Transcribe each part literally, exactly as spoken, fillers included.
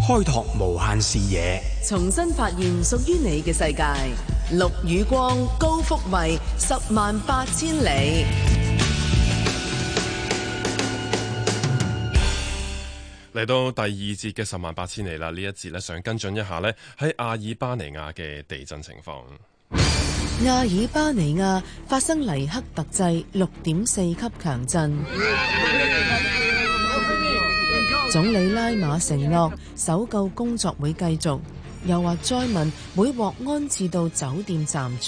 開拓無限視野， 重新發現屬於你嘅世界。陸宇光，高福慧，十萬八千里。 嚟到第二節嘅十萬八千里啦，呢一節咧想跟進一下呢喺阿爾巴尼亞嘅地震情況。 阿爾巴尼亞發生黎克特制六點四級強震，總理拉馬承諾搜救工作會繼續，又話災民會獲安置到酒店暫住。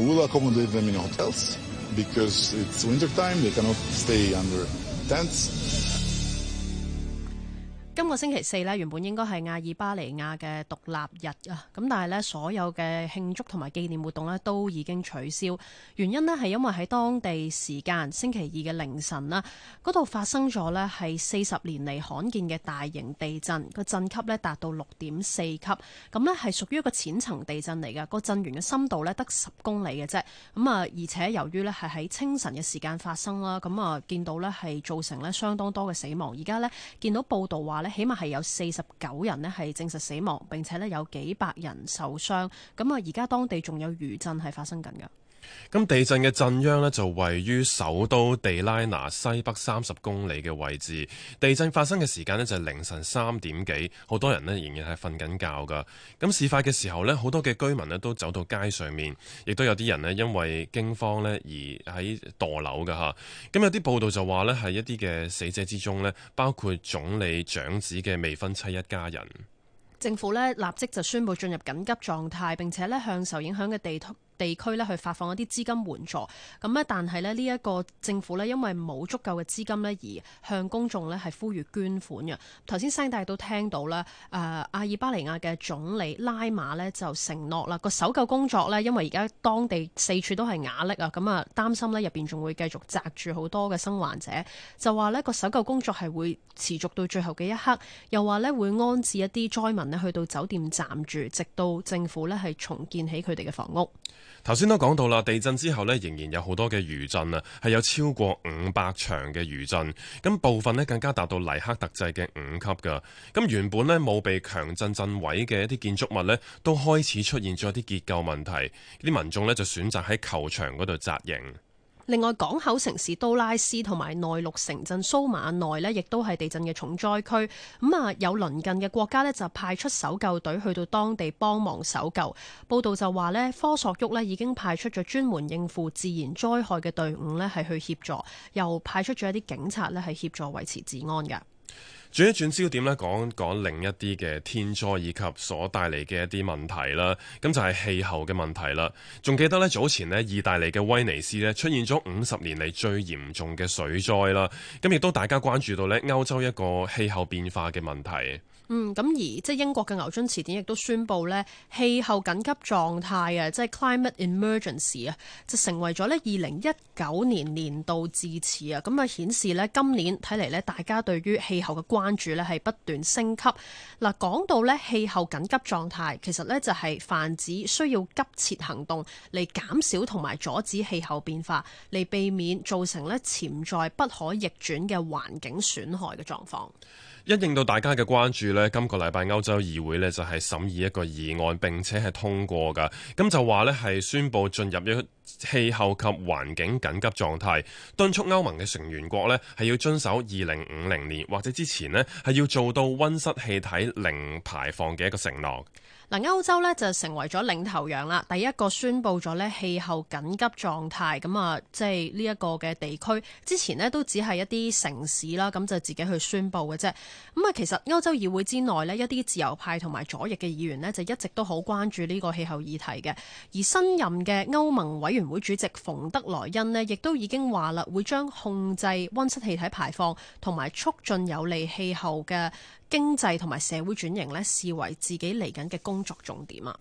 今個星期四咧，原本應該係阿爾巴尼亞嘅獨立日啊，咁但係咧所有嘅慶祝同埋紀念活動咧都已經取消。原因呢係因為喺當地時間星期二嘅凌晨啦，嗰度發生咗咧係四十年嚟罕見嘅大型地震，個震級咧達到六點四級，咁咧係屬於一個淺層地震嚟嘅，個震源嘅深度咧得十公里嘅啫。咁啊，而且由於咧係喺清晨嘅時間發生啦，咁啊見到咧係造成咧相當多嘅死亡。而家咧見到報道話咧，起碼係有四十九人咧係證實死亡，並且咧有幾百人受傷。咁啊，而家當地仲有餘震係發生緊㗎。 咁地震嘅震央呢，就位於首都地拉那西北三十公里嘅位置。地震發生嘅時間呢，就係凌晨三點幾，好多人呢仍然係瞓緊覺㗎。咁事發嘅時候呢，好多嘅居民呢都走到街上面，亦都有啲人呢因為驚慌呢而喺墮樓㗎吓。咁有啲報道就話呢，係一啲嘅死者之中呢，包括總理長子嘅未婚妻一家人。 政府呢立即就宣布進入緊急狀態，並且呢向受影響嘅地地區咧去發放一啲資金援助，咁咧但係咧呢一個政府咧因為冇足夠嘅資金咧而向公眾咧係呼籲捐款嘅。頭先聲帶都聽到啦，誒、呃、阿爾巴尼亞嘅總理拉馬咧就承諾啦，個搜救工作咧因為而家當地四處都係瓦礫啊，咁啊擔心咧入邊仲會繼續擲住好多嘅生還者，就話呢個搜救工作係會持續到最後嘅一刻，又話咧會安置一啲災民咧去到酒店暫住，直到政府咧係重建起佢哋嘅房屋。 頭先都講到啦，地震之後呢，仍然有好多嘅餘震啊，係有超過五百場嘅餘震，咁部分呢更加達到黎克特制嘅五級㗎。咁原本呢冇被強震震毀嘅一啲建築物呢，都開始出現咗一啲結構問題，啲民眾呢就選擇喺球場嗰度紮營。 另外，港口城市都拉斯同埋內陸城鎮蘇馬內呢，亦都係地震嘅重災區。咁啊，有鄰近嘅國家呢，就派出搜救隊去到當地幫忙搜救。報道就話呢，科索沃呢已經派出咗專門應付自然災害嘅隊伍呢，係去協助，又派出咗一啲警察呢，係協助維持治安嘅。 轉一轉焦點咧，講講另一啲嘅天災以及所帶嚟嘅一啲問題啦。咁就係氣候嘅問題啦。仲記得咧，早前咧，意大利嘅威尼斯咧出現咗五十年嚟最嚴重嘅水災啦。咁亦都大家關注到咧歐洲一個氣候變化嘅問題。 嗯，咁而即係英國嘅牛津詞典亦都宣布咧氣候緊急狀態啊，即係 climate emergency 啊，就成為咗咧二零一九年年度致辭啊。咁啊顯示咧今年睇嚟咧大家對於氣候嘅關注咧係不斷升級。嗱，講到咧氣候緊急狀態，其實咧就係泛指需要急切行動嚟減少同埋阻止氣候變化，嚟避免造成咧潛在不可逆轉嘅環境損害嘅狀況。 因應到大家嘅關注呢，今個禮拜歐洲議會呢就係審議一個議案，並且係通過㗎。咁就話呢係宣布進入一個氣候及環境緊急狀態，敦促歐盟嘅成員國呢係要遵守二零五零年或者之前呢係要做到溫室氣體零排放嘅一個承諾。 嗱，歐洲呢就成為咗領頭羊啦，第一個宣布咗呢氣候緊急狀態，咁啊，即係呢一個嘅地區之前呢都只係一啲城市啦，咁就自己去宣布嘅啫。咁啊，其實歐洲議會之內呢，一啲自由派同埋左翼嘅議員呢，就一直都好關注呢個氣候議題嘅。而新任嘅歐盟委員會主席馮德萊恩呢，亦都已經話啦，會將控制溫室氣體排放同埋促進有利氣候嘅經濟同埋社會轉型呢，視為自己嚟緊嘅工作重點啊。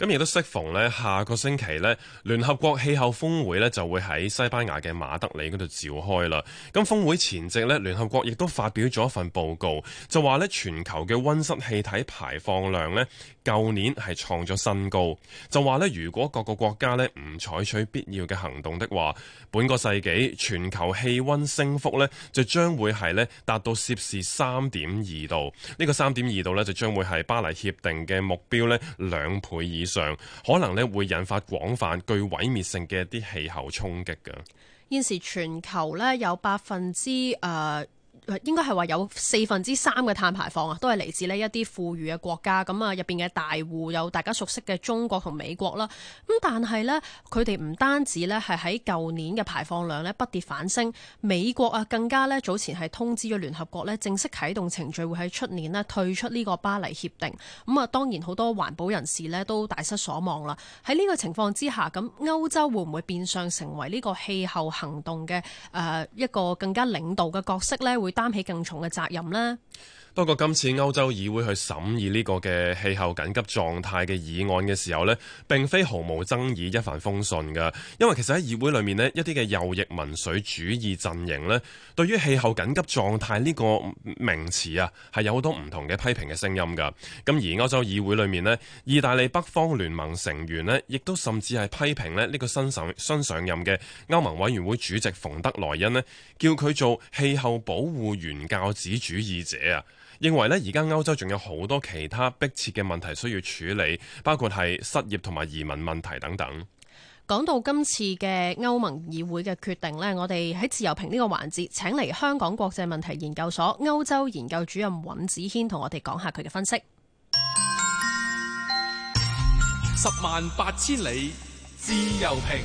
咁亦都適逢呢下個星期呢聯合國氣候峰會呢就會喺西班牙嘅馬德里嗰度召開啦。咁峰會前夕呢，聯合國亦都發表咗一份報告，就話呢全球嘅溫室氣體排放量呢舊年係創咗新高，就話呢如果各個國家呢唔採取必要嘅行動的話，本個世紀全球氣溫升幅呢就將會係呢達到攝氏三點二度。呢個三點二度呢就將會係巴黎協定嘅目標呢兩倍以上，可能呢會引發廣泛具毀滅性嘅一啲氣候衝擊㗎。 現時全球呢有百分之誒。呃應該係話有四分之三嘅碳排放啊，都係嚟自呢一啲富裕嘅國家。咁啊，入邊嘅大戶有大家熟悉嘅中國同美國啦。咁但係呢，佢哋唔單止呢係喺舊年嘅排放量呢不跌反升，美國啊更加呢早前係通知咗聯合國呢正式啟動程序，會喺出年呢退出呢個巴黎協定。咁啊，當然好多環保人士呢都大失所望啦。喺呢個情況之下，咁歐洲會唔會變相成為呢個氣候行動嘅誒一個更加領導嘅角色呢？會擔起更重嘅責任呢？ 不過今次歐洲議會去審議呢個嘅氣候緊急狀態嘅議案嘅時候呢，並非毫無爭議一帆風順㗎。因為其實喺議會裏面呢，一啲嘅右翼民粹主義陣營呢，對於氣候緊急狀態呢個名詞啊，係有好多唔同嘅批評嘅聲音㗎。咁而歐洲議會裏面呢，意大利北方聯盟成員呢，亦都甚至係批評呢呢個新上新上任嘅歐盟委員會主席馮德萊恩呢，叫佢做氣候保護原教旨主義者啊。認為呢，而家歐洲仲有好多其他迫切嘅問題需要處理，包括係失業同埋移民問題等等。 講到今次嘅歐盟議會嘅決定呢，我哋喺自由評呢個環節請嚟香港國際問題研究所歐洲研究主任尹子軒同我哋講下佢嘅分析。 十萬八千里自由評。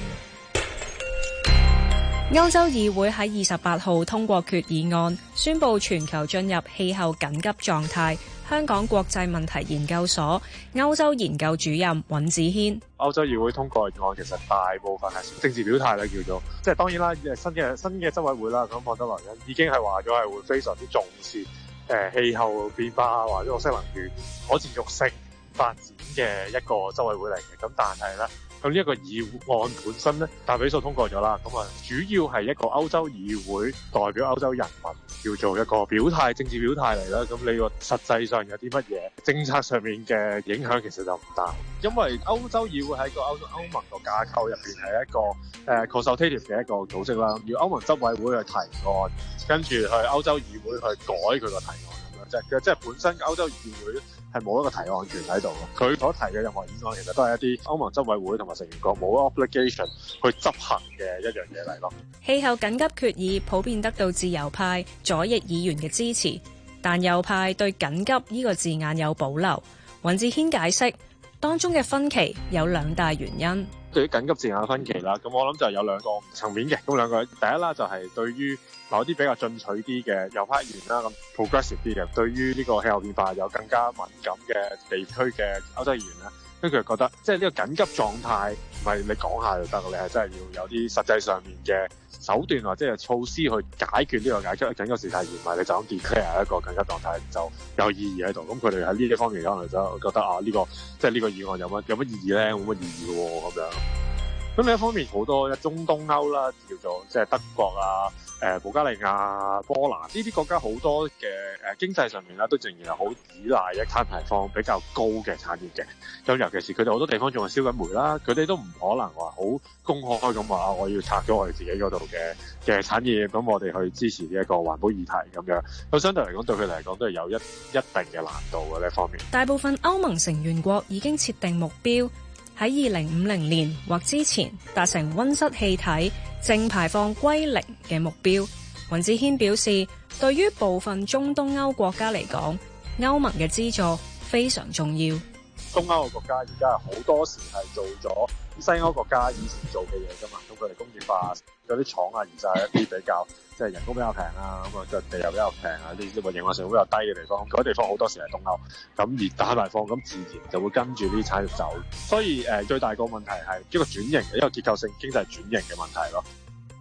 歐洲議會喺二十八號通過決議案，宣布全球進入氣候緊急狀態。香港國際問題研究所歐洲研究主任尹子軒： 歐洲議會通過議案，其實大部分係政治表態啦，叫做即係當然啦，新嘅新嘅執委會啦，咁馮德萊恩已經係話咗係會非常之重視誒氣候變化或者綠色能源可持續性發展嘅一個執委會嚟嘅。咁但係咧。咁呢一個議案本身咧，大比數通過咗啦。咁啊，主要係一個歐洲議會代表歐洲人民，叫做一個表態、政治表態嚟啦。咁你個實際上有啲乜嘢政策上面嘅影響，其實就唔大。因為歐洲議會喺個歐歐盟個架構入邊係一個誒、uh, consultative 嘅一個組織啦。要歐盟執委會去提案，跟住去歐洲議會去改佢個提案咁樣。即係即係本身歐洲議會係冇一個提案權喺度，佢所提嘅任何議案其實都係一啲歐盟執委會同埋成員國冇 obligation 去執行嘅一樣嘢嚟咯。 氣候緊急決議普遍得到自由派左翼議員嘅支持，但右派對緊急呢個字眼有保留。尹子軒解釋，當中嘅分歧有兩大原因。 對於緊急字眼嘅分歧啦，咁我諗就有兩個層面嘅。咁兩個第一啦，就係對於某啲比較進取啲嘅右派議員啦，咁 progressive 啲嘅，對於呢個氣候變化有更加敏感嘅地區嘅歐洲議員啦，跟住佢覺得即係呢個緊急狀態唔係你講下就得，你係真係要有啲實際上面嘅手段或者係措施去解決呢個解決緊急事態，而唔係你就咁 declare 一個緊急狀態就有意義喺度。咁佢哋喺呢啲方面可能就覺得啊，呢、這個即係呢個議案有乜有乜意義咧？冇乜意義喎咁樣。咁另一方面好多中東歐啦，叫做即係德國啊、誒保加利亞、波蘭呢啲國家好多嘅誒經濟上面咧，都仍然係好依賴一碳排放比較高嘅產業嘅。咁尤其是佢哋好多地方仲係燒緊煤啦，佢哋都唔可能話好公開咁話我要拆咗我哋自己嗰度嘅嘅產業，咁我哋去支持呢一個環保議題咁樣。咁相對嚟講，對佢哋嚟講都係有一一定嘅難度嘅呢方面。 大部分歐盟成員國已經設定目標，喺二零五零年或之前達成溫室氣體淨排放歸零嘅目標。尹子軒表示，對於部分中東歐國家嚟講，歐盟嘅資助非常重要。 東歐嘅國家而家係好多時係做咗西歐國家以前做嘅嘢噶嘛，咁佢哋工業化嗰啲廠啊，移晒一啲比較即係人工比較平啊，咁啊地又比較平啊，啲營運成本比較低嘅地方，嗰啲地方好多時係東歐，咁而碳排放咁自然就會跟住呢啲產業走，所以誒、呃、最大個問題係一個轉型，一個結構性經濟轉型嘅問題咯。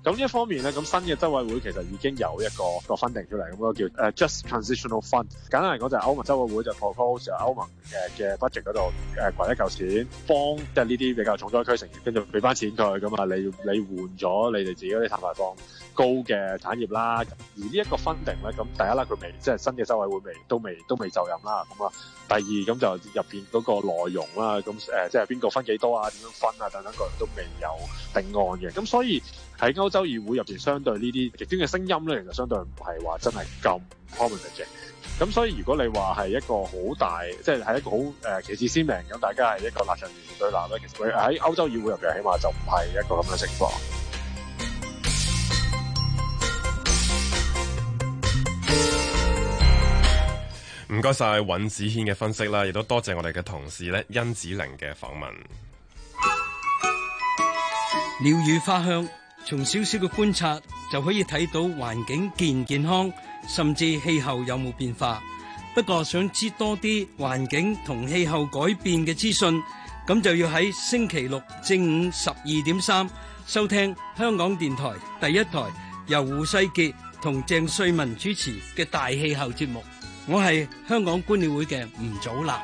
咁呢一方面咧，咁新嘅執委會其實已經有一個一個 funding 出嚟，咁嗰個叫誒 Just Transitional Fund。簡單嚟講就係歐盟執委會就 propose 由歐盟嘅嘅 budget 嗰度誒攜一嚿錢，幫即係呢啲比較重災區成員，跟住俾翻錢佢，咁啊你你換咗你哋自己嗰啲碳排放高嘅產業啦。而呢一個 funding 咧，咁第一啦，佢未即係新嘅執委會未都未都未就任啦。咁啊，第二咁就入邊嗰個內容啦，咁誒即係邊個分幾多啊，點樣分啊等等各樣都未有定案嘅。咁所以喺歐洲議會入邊，相對呢啲極端嘅聲音咧，其實相對唔係話真係咁 prominent 嘅。咁所以如果你話係一個好大，即係係一個好誒旗幟鮮明咁，大家係一個立場完全對立咧，其實佢喺歐洲議會入邊，起碼就唔係一個咁嘅情況。 唔該晒尹子軒嘅分析啦，亦都多謝我哋嘅同事咧甄梓鈴嘅訪問。 鳥語花香，從少少嘅觀察就可以睇到環境健唔健康，甚至氣候有冇變化。不過想知多啲環境同氣候改變嘅資訊，咁就要喺星期六正午十二點三收聽香港電台第一台由胡世傑同鄭瑞文主持嘅大氣候節目。我係香港觀鳥會嘅吳祖藍。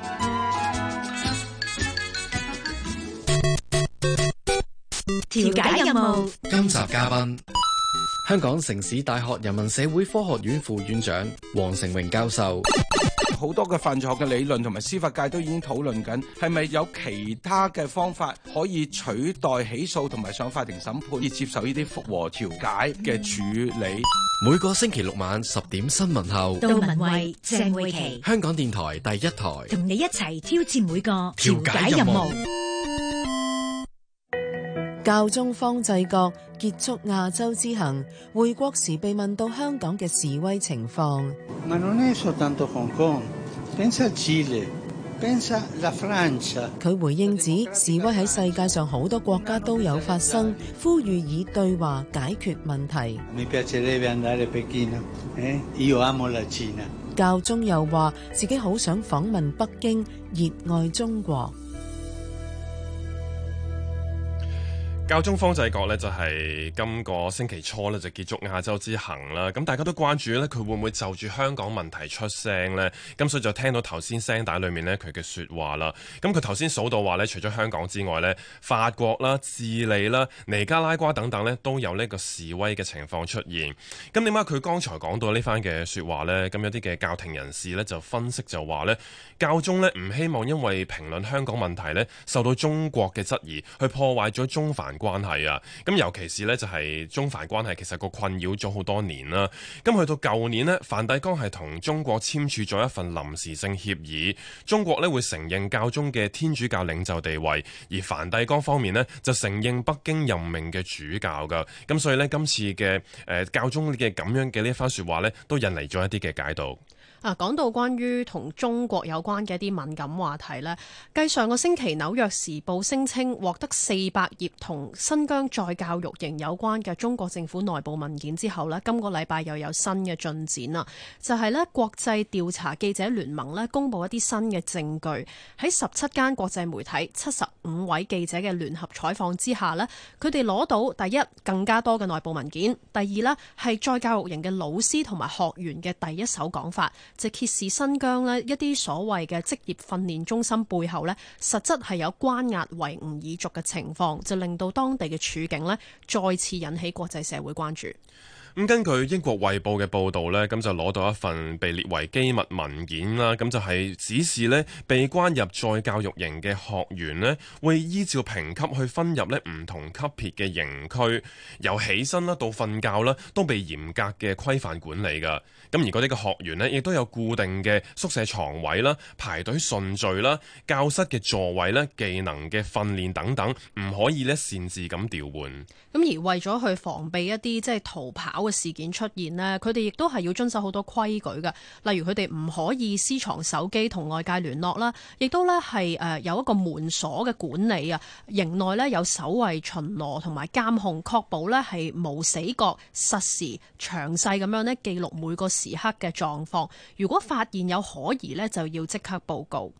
調解任務， 今集嘉賓香港城市大學人文社會科學院副院長黃成榮教授。 好多嘅犯罪學嘅理論同埋司法界都已經討論緊，係咪有其他嘅方法可以取代起訴同埋上法庭審判，以接受呢啲復和調解嘅處理？ 每個星期六晚十點新聞後， 杜文慧、鄭慧琪， 香港電台第一台， 同你一齊挑戰每個調解任務。 教宗方濟各結束亞洲之行，回國時被問到香港嘅示威情況。佢回應指示威喺世界上好多國家都有發生，呼籲以對話解決問題。教宗又話自己好想訪問北京，熱愛中國。 教宗方濟各呢，就係今個星期初呢，就結束亞洲之行啦，咁大家都關注呢，佢會唔會就住香港問題出聲呢？咁所以就聽到頭先聲帶裏面呢，佢嘅說話啦。咁佢頭先數到話呢，除咗香港之外呢，法國啦、智利啦、尼加拉瓜等等呢，都有呢個示威嘅情況出現。咁點解佢剛才講到呢番嘅說話呢？咁有啲嘅教廷人士呢，就分析就話呢，教宗呢唔希望因為評論香港問題呢，受到中國嘅質疑，去破壞咗中梵關係啊，咁尤其是呢，就係中梵關係其實個困擾咗好多年啦。咁去到舊年呢，梵蒂岡係同中國簽署咗一份臨時性協議，中國呢會承認教宗嘅天主教領袖地位，而梵蒂岡方面呢就承認北京任命嘅主教噶。咁所以呢，今次嘅誒、呃、教宗嘅咁樣嘅呢一番說話呢，都引嚟咗一啲嘅解讀。 啊，講到關於同中國有關嘅一啲敏感話題呢，繼上個星期紐約時報聲稱獲得四百頁同新疆再教育營有關嘅中國政府內部文件之後呢，今個禮拜又有新嘅進展啦。就係呢，國際調查記者聯盟呢公佈一啲新嘅證據，喺十七間國際媒體、七十五位記者嘅聯合採訪之下呢，佢哋攞到第一更加多嘅內部文件，第二呢係再教育營嘅老師同埋學員嘅第一手講法。就揭示新疆呢一啲所謂嘅職業訓練中心背後呢，實質係有關押維吾爾族嘅情況，就令到當地嘅處境呢再次引起國際社會關注。 咁根據英國衛報嘅報導呢，咁就攞到一份被列為機密文件啦。咁就係指示呢被關入再教育營嘅學員呢，會依照評級去分入呢唔同級別嘅營區，由起身啦到瞓覺啦，都被嚴格嘅規範管理㗎。咁而嗰啲嘅學員呢，亦都有固定嘅宿舍床位啦、排隊順序啦、教室嘅座位啦、技能嘅訓練等等，唔可以呢擅自咁調換。 咁而為咗去防備一啲即係逃跑嘅事件出現呢，佢哋亦都係要遵守好多規矩嘅，例如佢哋唔可以私藏手機同外界聯絡啦，亦都咧係誒有一個門鎖嘅管理啊，營內咧有守衛巡邏同埋監控，確保咧係無死角、實時、詳細咁樣咧記錄每個時刻嘅狀況。如果發現有可疑咧，就要即刻報告。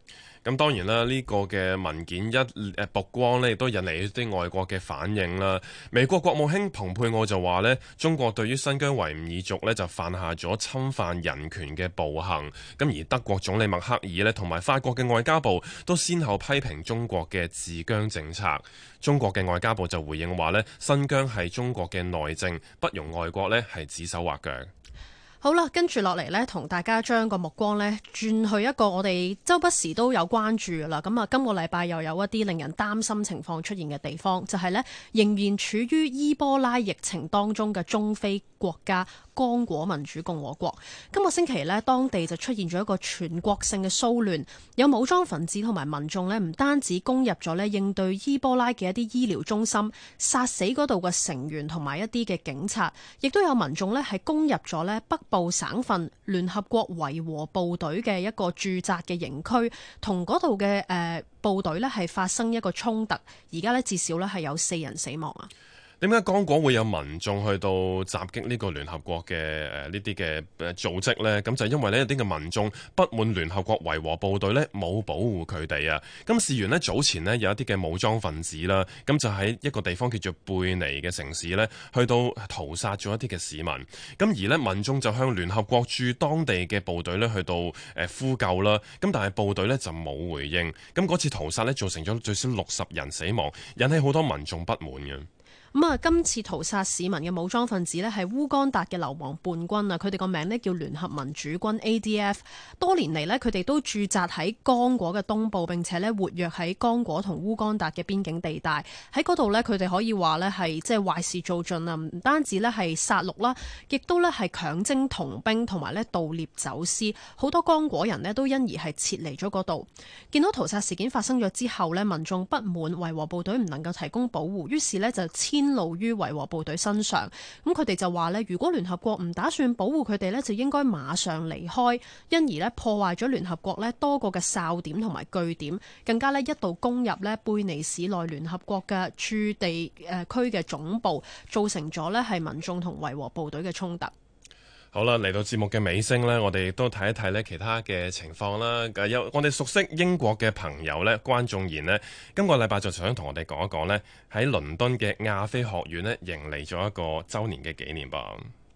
咁當然啦，呢、這個嘅文件一誒曝光呢，亦都引嚟一啲外國嘅反應啦。美國國務卿蓬佩奧就話呢，中國對於新疆維吾爾族呢就犯下咗侵犯人權嘅暴行。咁而德國總理默克爾呢，同埋法國嘅外交部都先後批評中國嘅治疆政策。中國嘅外交部就回應話呢，新疆係中國嘅內政，不容外國呢係指手畫腳。 好啦，跟住落嚟呢，同大家將個目光呢轉去一個我哋周不時都有關注噶啦。咁啊，今個禮拜又有一啲令人擔心情況出現嘅地方，就係呢仍然處於伊波拉疫情當中嘅中非國家剛果民主共和國。今個星期呢，當地就出現咗一個全國性嘅騷亂，有武裝分子同埋民眾呢，唔單止攻入咗呢應對伊波拉嘅一啲醫療中心，殺死嗰度嘅成員同埋一啲嘅警察，亦都有民眾呢係攻入咗呢北部省份聯合國維和部隊嘅一個駐紮嘅營區，同嗰度嘅誒部隊呢係發生一個衝突，而家呢，至少呢係有四人死亡啊。 點解剛果會有民眾去到襲擊呢個聯合國嘅誒呢啲嘅誒組織呢？咁就係因為呢一啲嘅民眾不滿聯合國維和部隊呢冇保護佢哋啊！咁事緣呢，早前呢有一啲嘅武裝分子啦，咁就喺一個地方叫做貝尼嘅城市呢，去到屠殺咗一啲嘅市民。咁而呢民眾就向聯合國駐當地嘅部隊呢去到誒呼救啦。咁但係部隊呢就冇回應。咁嗰次屠殺呢造成咗最少六十人死亡，引起好多民眾不滿嘅。 咁啊，今次屠殺市民嘅武裝分子呢，係烏干達嘅流亡叛軍啊！佢哋個名呢叫聯合民主軍 A D F。多年嚟呢，佢哋都駐紮喺剛果嘅東部，並且呢活躍喺剛果同烏干達嘅邊境地帶。喺嗰度呢，佢哋可以話呢係即係壞事做盡啊！唔單止呢係殺戮啦，亦都呢係強徵童兵同埋呢盜獵走私。好多剛果人呢都因而係撤離咗嗰度。見到屠殺事件發生咗之後呢，民眾不滿維和部隊唔能夠提供保護，於是呢就遷怒於維和部隊身上，咁佢哋就話呢，如果聯合國唔打算保護佢哋呢，就應該馬上離開，因而呢破壞咗聯合國呢多個嘅哨點同埋據點，更加呢一度攻入呢貝尼市內聯合國嘅駐地誒區嘅總部，造成咗呢係民眾同維和部隊嘅衝突。 好啦，嚟到節目嘅尾聲呢，我哋亦都睇一睇呢其他嘅情況啦。有我哋熟悉英國嘅朋友呢，關仲然呢，今個禮拜就想同我哋講一講呢，喺倫敦嘅亞非學院呢，迎嚟咗一個週年嘅紀念噃。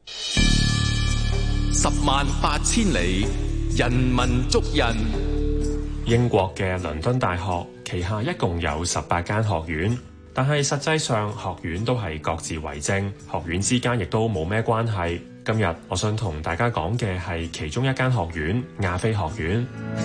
十萬八千里，人文足印。 英國嘅倫敦大學旗下一共有十八間學院，但係實際上學院都係各自為政，學院之間亦都冇咩關係。今日我想同大家講嘅係其中一間學院——亞非學院。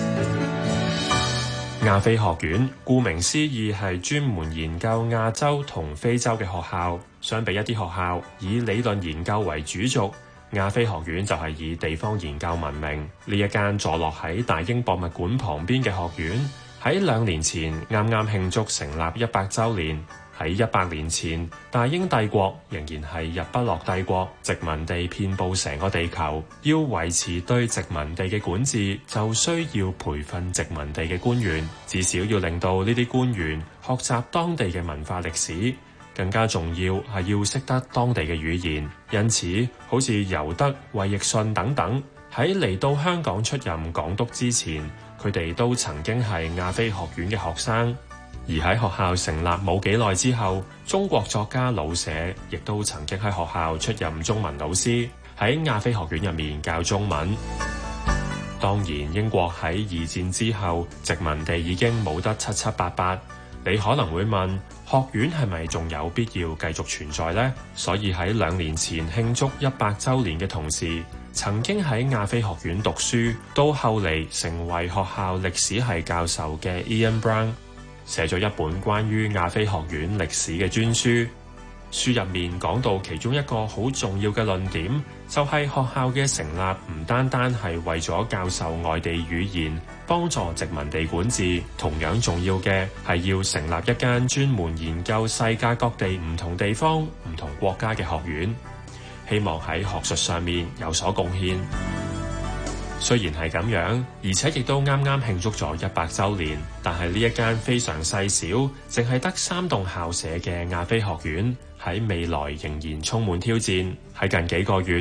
亞非學院顧名思義係專門研究亞洲同非洲嘅學校。相比一啲學校以理論研究為主軸，亞非學院就係以地方研究聞名。呢一間坐落喺大英博物館旁邊嘅學院，喺兩年前啱啱慶祝成立一百週年。喺一百年前，大英帝國仍然係日不落帝國，殖民地遍佈成個地球。要維持對殖民地嘅管治，就需要培訓殖民地嘅官員，至少要令到呢啲官員學習當地嘅文化歷史。更加重要係要識得當地嘅語言。因此，好似尤德、衛奕信等等，喺嚟到香港出任港督之前，佢哋都曾經係亞非學院嘅學生。而喺學校成立冇幾耐之後，中國作家老舍亦都曾經喺學校出任中文老師，喺亞非學院入面教中文。當然，英國喺二戰之後殖民地已經冇得七七八八。你可能會問，學院係咪仲有必要繼續存在呢？所以喺兩年前慶祝一百週年嘅同時，曾經喺亞非學院讀書，到後嚟成為學校歷史系教授嘅 Ian Brown，寫咗一本關於亞非學院歷史嘅專書，書入面講到其中一個好重要嘅論點，就係學校嘅成立唔單單係為咗教授外地語言，幫助殖民地管治，同樣重要嘅係要成立一間專門研究世界各地唔同地方、唔同國家嘅學院，希望喺學術上面有所貢獻。雖然係咁樣，而且亦都啱啱慶祝咗一百週年，但係呢一間非常細小，淨係得三棟校舍嘅亞非學院，喺未來仍然充滿挑戰。喺近幾個月，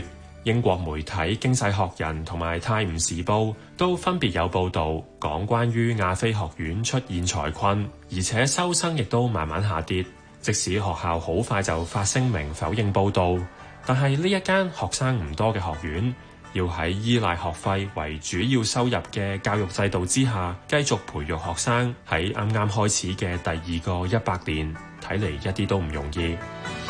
英國媒體《經濟學人》同埋《泰晤士報》都分別有報導講關於亞非學院出現財困，而且收生亦都慢慢下跌。即使學校好快就發聲明否認報導，但係呢一間學生唔多嘅學院，要喺依賴學費為主要收入嘅教育制度之下，繼續培育學生喺啱啱開始嘅第二個一百年，睇嚟一啲都唔容易。